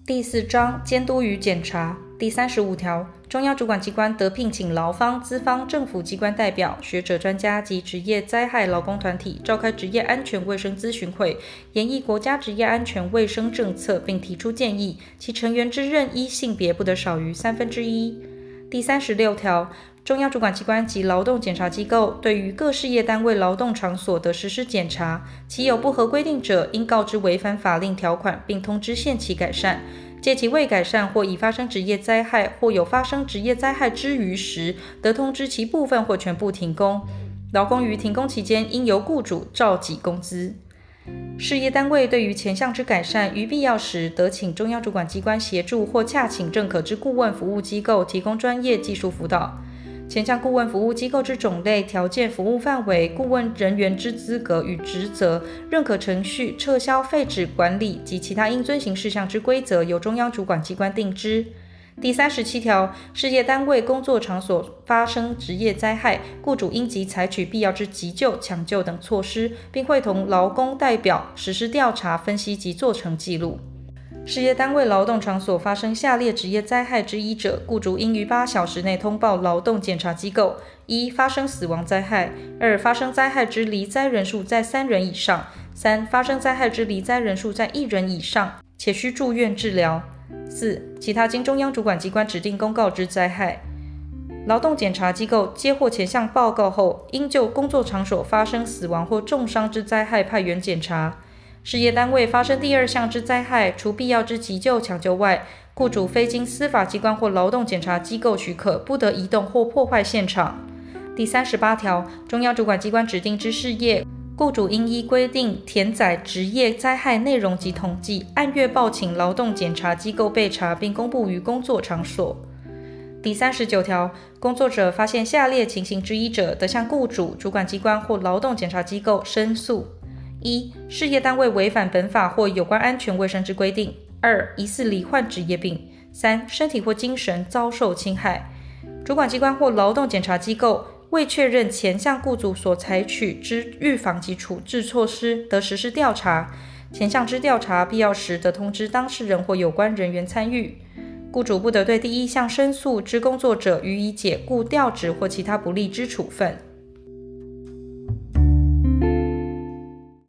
第4章监督与检查第35条，中央主管机关得聘请劳方、资方、政府机关代表、学者专家及职业灾害劳工团体召开职业安全卫生咨询会，研议国家职业安全卫生政策，并提出建议，其成员之任依性别不得少于1/3。第36条，中央主管机关及劳动检查机构对于各事业单位劳动场所的实施检查，其有不合规定者，应告知违反法令条款，并通知限期改善。借其未改善或已发生职业灾害，或有发生职业灾害之余时，得通知其部分或全部停工。劳工于停工期间，应由雇主照给工资。事业单位对于前项之改善，于必要时，得请中央主管机关协助或洽请认可之顾问服务机构提供专业技术辅导。前项顾问服务机构之种类、条件、服务范围、顾问人员之资格与职责、认可程序、撤销废止管理及其他应遵行事项之规则，由中央主管机关定之。第37条，事业单位工作场所发生职业灾害，雇主应即采取必要之急救、抢救等措施，并会同劳工代表实施调查、分析及做成记录。事业单位劳动场所发生下列职业灾害之一者，雇主应于8小时内通报劳动检查机构：1. 发生死亡灾害； 2. 发生灾害之罹灾人数在3人以上； 3. 发生灾害之罹灾人数在1人以上，且需住院治疗； 4. 其他经中央主管机关指定公告之灾害。劳动检查机构接获前项报告后，应就工作场所发生死亡或重伤之灾害派员检查。事业单位发生第2项之灾害，除必要之急救抢救外，雇主非经司法机关或劳动检查机构许可，不得移动或破坏现场。第38条，中央主管机关指定之事业，雇主应依规定填载职业灾害内容及统计，按月报请劳动检查机构备查，并公布于工作场所。第39条，工作者发现下列情形之一者，得向雇主、主管机关或劳动检查机构申诉：1. 事业单位违反本法或有关安全卫生之规定； 2. 疑似罹患职业病； 3. 身体或精神遭受侵害。主管机关或劳动检查机构未确认前项雇主所采取之预防及处置措施，得实施调查。前项之调查必要时，得通知当事人或有关人员参与。雇主不得对第1项申诉之工作者予以解雇、调职或其他不利之处分。